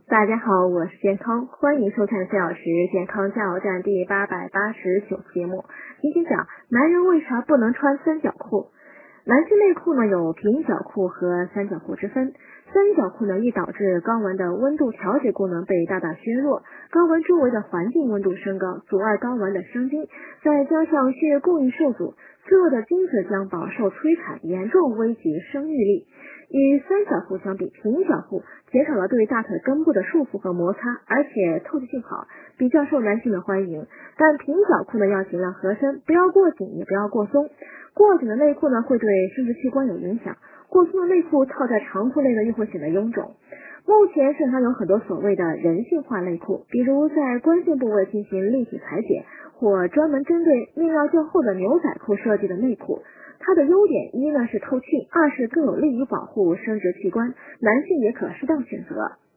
大家好，我是健康，欢迎收看4小时健康加油站第889期节目。今天讲男人为啥不能穿三角裤。男性内裤呢有平角裤和三角裤之分，三角裤呢易导致睾丸的温度调节功能被大大削弱，睾丸周围的环境温度升高，阻碍睾丸的生精，再加上血液供应受阻，脆弱的精子将饱受摧残，严重危及生育力。与三角裤相比，平角裤减少了对大腿根部的束缚和摩擦，而且透气性好，比较受男性的欢迎。但平角裤呢要尽量合身，不要过紧也不要过松。过紧的内裤呢会对生殖器官有影响，过松的内裤套在长裤内呢又会显得臃肿。目前市场上有很多所谓的人性化内裤，比如在关键部位进行立体裁剪，或专门针对面料较厚的牛仔裤设计的内裤。它的优点一呢是透气，二是更有利于保护生殖器官，男性也可适当选择。